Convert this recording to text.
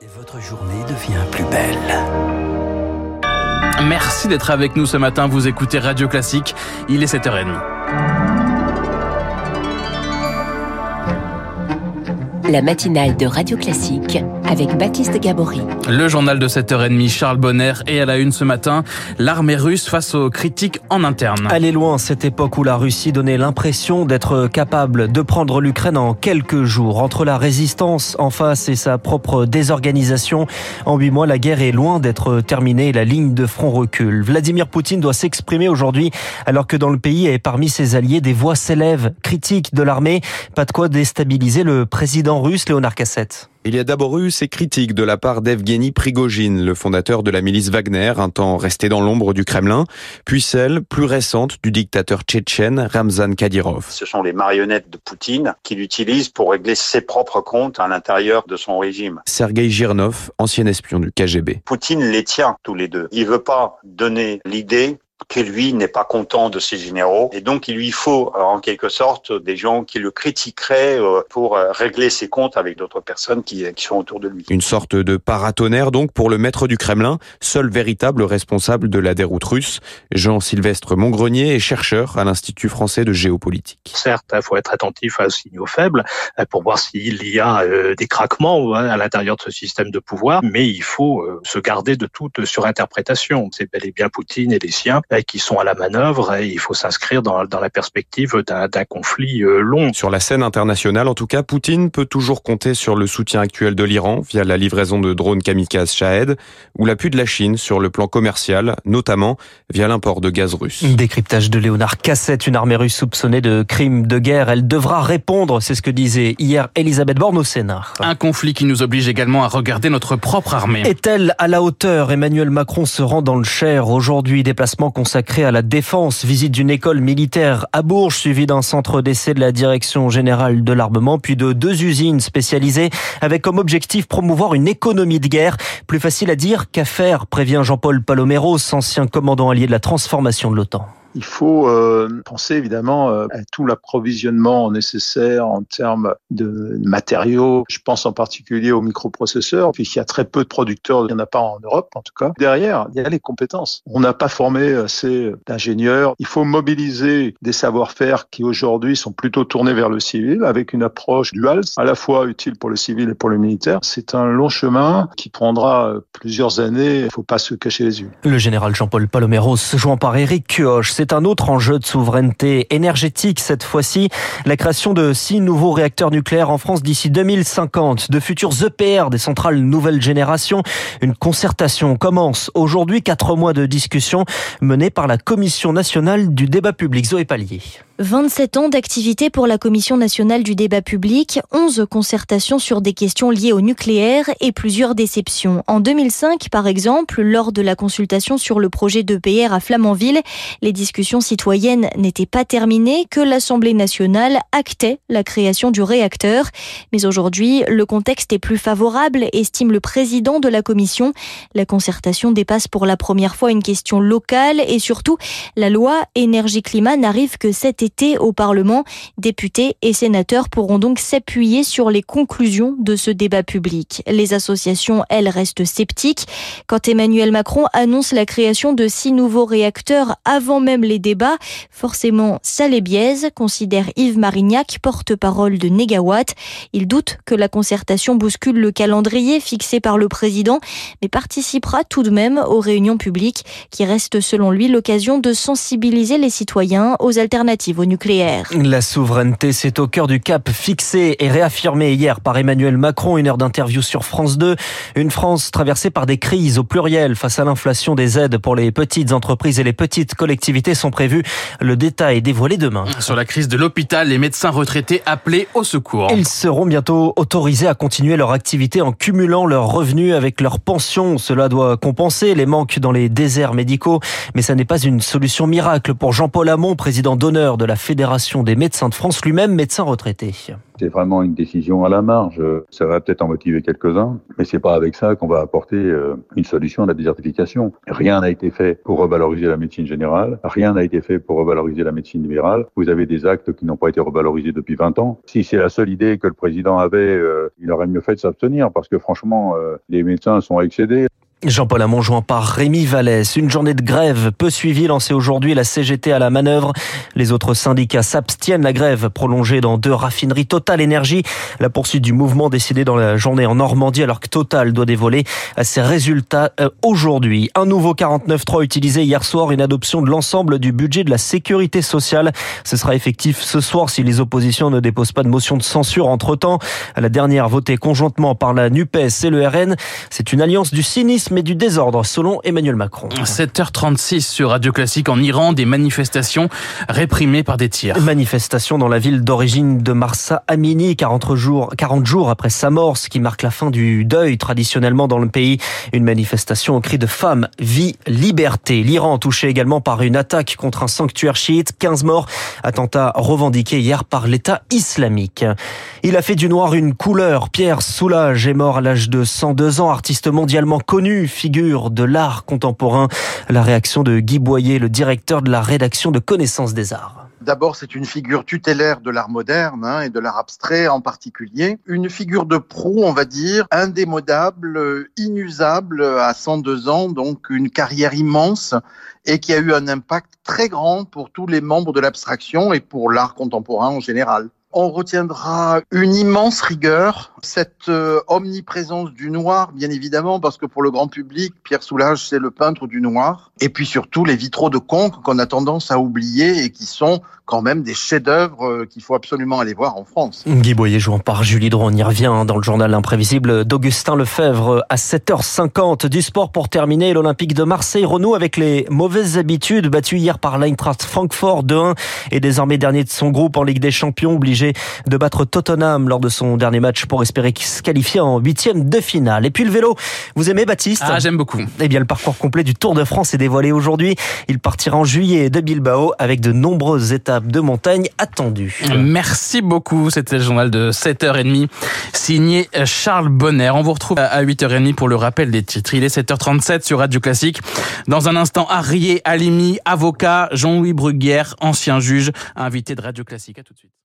Et votre journée devient plus belle. Merci d'être avec nous ce matin. Vous écoutez Radio Classique. Il est 7h30. La matinale de Radio Classique avec Baptiste Gabory. Le journal de 7h30, Charles Bonner, et à la une ce matin, l'armée russe face aux critiques en interne. Elle est loin, cette époque où la Russie donnait l'impression d'être capable de prendre l'Ukraine en quelques jours. Entre la résistance en face et sa propre désorganisation, en 8 mois, la guerre est loin d'être terminée et la ligne de front recule. Vladimir Poutine doit s'exprimer aujourd'hui alors que dans le pays et parmi ses alliés, des voix s'élèvent critiques de l'armée. Pas de quoi déstabiliser le président russe, Léonard Cassette. Il y a d'abord eu ces critiques de la part d'Evgeny Prigojine, le fondateur de la milice Wagner, un temps resté dans l'ombre du Kremlin, puis celles, plus récentes, du dictateur tchétchène Ramzan Kadyrov. Ce sont les marionnettes de Poutine qu'il utilise pour régler ses propres comptes à l'intérieur de son régime. Sergueï Girnov, ancien espion du KGB. Poutine les tient tous les deux. Il veut pas donner l'idée que lui n'est pas content de ses généraux. Et donc, il lui faut, en quelque sorte, des gens qui le critiqueraient pour régler ses comptes avec d'autres personnes qui sont autour de lui. Une sorte de paratonnerre, donc, pour le maître du Kremlin, seul véritable responsable de la déroute russe. Jean-Sylvestre Montgrenier est chercheur à l'Institut français de géopolitique. Certes, il faut être attentif aux signaux faibles pour voir s'il y a des craquements à l'intérieur de ce système de pouvoir, mais il faut se garder de toute surinterprétation. C'est bel et bien Poutine et les siens qui sont à la manœuvre et il faut s'inscrire dans la perspective d'un conflit long. Sur la scène internationale, en tout cas, Poutine peut toujours compter sur le soutien actuel de l'Iran via la livraison de drones kamikazes Shahed ou l'appui de la Chine sur le plan commercial, notamment via l'import de gaz russe. Décryptage de Léonard Cassette, une armée russe soupçonnée de crimes de guerre. Elle devra répondre, c'est ce que disait hier Elisabeth Borne au Sénat. Un conflit qui nous oblige également à regarder notre propre armée. Est-elle à la hauteur ? Emmanuel Macron se rend dans le Cher aujourd'hui, déplacement consacré à la défense, visite d'une école militaire à Bourges, suivie d'un centre d'essai de la Direction Générale de l'Armement, puis de 2 usines spécialisées avec comme objectif promouvoir une économie de guerre. Plus facile à dire qu'à faire, prévient Jean-Paul Paloméros, ancien commandant allié de la transformation de l'OTAN. Il faut penser évidemment à tout l'approvisionnement nécessaire en termes de matériaux. Je pense en particulier aux microprocesseurs, puisqu'il y a très peu de producteurs, il n'y en a pas en Europe en tout cas. Derrière, il y a les compétences. On n'a pas formé assez d'ingénieurs. Il faut mobiliser des savoir-faire qui aujourd'hui sont plutôt tournés vers le civil, avec une approche duale, à la fois utile pour le civil et pour le militaire. C'est un long chemin qui prendra plusieurs années. Il ne faut pas se cacher les yeux. Le général Jean-Paul Paloméros, joint par Éric Cuoche. C'est un autre enjeu de souveraineté énergétique cette fois-ci. La création de 6 nouveaux réacteurs nucléaires en France d'ici 2050. De futurs EPR, des centrales nouvelle génération. Une concertation commence aujourd'hui. 4 mois de discussion menée par la Commission nationale du débat public. Zoé Pallier. 27 ans d'activité pour la Commission nationale du débat public, 11 concertations sur des questions liées au nucléaire et plusieurs déceptions. En 2005, par exemple, lors de la consultation sur le projet d'EPR à Flamanville, les discussions citoyennes n'étaient pas terminées, que l'Assemblée nationale actait la création du réacteur. Mais aujourd'hui, le contexte est plus favorable, estime le président de la Commission. La concertation dépasse pour la première fois une question locale et surtout, la loi énergie-climat n'arrive que cet été au Parlement. Députés et sénateurs pourront donc s'appuyer sur les conclusions de ce débat public. Les associations, elles, restent sceptiques. Quand Emmanuel Macron annonce la création de 6 nouveaux réacteurs avant même les débats, forcément ça les biaise, considère Yves Marignac, porte-parole de Négawatt. Il doute que la concertation bouscule le calendrier fixé par le président, mais participera tout de même aux réunions publiques qui restent selon lui l'occasion de sensibiliser les citoyens aux alternatives au nucléaire. La souveraineté, c'est au cœur du cap fixé et réaffirmé hier par Emmanuel Macron. 1 heure d'interview sur France 2. Une France traversée par des crises au pluriel face à l'inflation. Des aides pour les petites entreprises et les petites collectivités sont prévues. Le détail est dévoilé demain. Sur la crise de l'hôpital, les médecins retraités appelés au secours. Ils seront bientôt autorisés à continuer leur activité en cumulant leurs revenus avec leur pension. Cela doit compenser les manques dans les déserts médicaux. Mais ça n'est pas une solution miracle pour Jean-Paul Hamon, président d'honneur de la Fédération des médecins de France, lui-même médecin retraité. C'est vraiment une décision à la marge. Ça va peut-être en motiver quelques-uns, mais c'est pas avec ça qu'on va apporter une solution à la désertification. Rien n'a été fait pour revaloriser la médecine générale. Rien n'a été fait pour revaloriser la médecine libérale. Vous avez des actes qui n'ont pas été revalorisés depuis 20 ans. Si c'est la seule idée que le président avait, il aurait mieux fait de s'abstenir parce que franchement, les médecins sont excédés. Jean-Paul Hamon joint par Rémi Vallès. Une journée de grève peu suivie lancée aujourd'hui, la CGT à la manœuvre. Les autres syndicats s'abstiennent. La grève prolongée dans 2 raffineries Total Énergie. La poursuite du mouvement décidé dans la journée en Normandie alors que Total doit dévoiler ses résultats aujourd'hui. Un nouveau 49.3 utilisé hier soir, une adoption de l'ensemble du budget de la sécurité sociale. Ce sera effectif ce soir si les oppositions ne déposent pas de motion de censure entre-temps. La dernière votée conjointement par la NUPES et le RN. C'est une alliance du cynisme mais du désordre, selon Emmanuel Macron. 7h36 sur Radio Classique en Iran, des manifestations réprimées par des tirs. Manifestation dans la ville d'origine de Mahsa Amini, 40 jours après sa mort, ce qui marque la fin du deuil traditionnellement dans le pays. Une manifestation au cri de femme, vie, liberté. L'Iran touché également par une attaque contre un sanctuaire chiite, 15 morts, attentat revendiqué hier par l'État islamique. Il a fait du noir une couleur. Pierre Soulages est mort à l'âge de 102 ans, artiste mondialement connu, figure de l'art contemporain. La réaction de Guy Boyer, le directeur de la rédaction de Connaissance des Arts. D'abord, c'est une figure tutélaire de l'art moderne et de l'art abstrait en particulier. Une figure de proue, on va dire, indémodable, inusable à 102 ans, donc une carrière immense et qui a eu un impact très grand pour tous les membres de l'abstraction et pour l'art contemporain en général. On retiendra une immense rigueur, cette omniprésence du noir, bien évidemment, parce que pour le grand public, Pierre Soulages, c'est le peintre du noir. Et puis surtout, les vitraux de Conques qu'on a tendance à oublier et qui sont quand même des chefs-d'œuvre qu'il faut absolument aller voir en France. Guy Boyer jouant par Julie Dron, on y revient dans le journal imprévisible d'Augustin Lefebvre à 7h50. Du sport pour terminer, l'Olympique de Marseille renoue avec les mauvaises habitudes, battu hier par l'Eintracht Francfort 2-1 et désormais dernier de son groupe en Ligue des Champions, obligé de battre Tottenham lors de son dernier match pour espérer se qualifier en 8e de finale. Et puis le vélo, vous aimez Baptiste ? Ah, j'aime beaucoup. Eh bien, le parcours complet du Tour de France est dévoilé aujourd'hui. Il partira en juillet de Bilbao avec de nombreuses étapes de montagne attendues. Merci beaucoup. C'était le journal de 7h30 signé Charles Bonner. On vous retrouve à 8h30 pour le rappel des titres. Il est 7h37 sur Radio Classique. Dans un instant, Arié Halimi, avocat, Jean-Louis Bruguière, ancien juge, invité de Radio Classique. À tout de suite.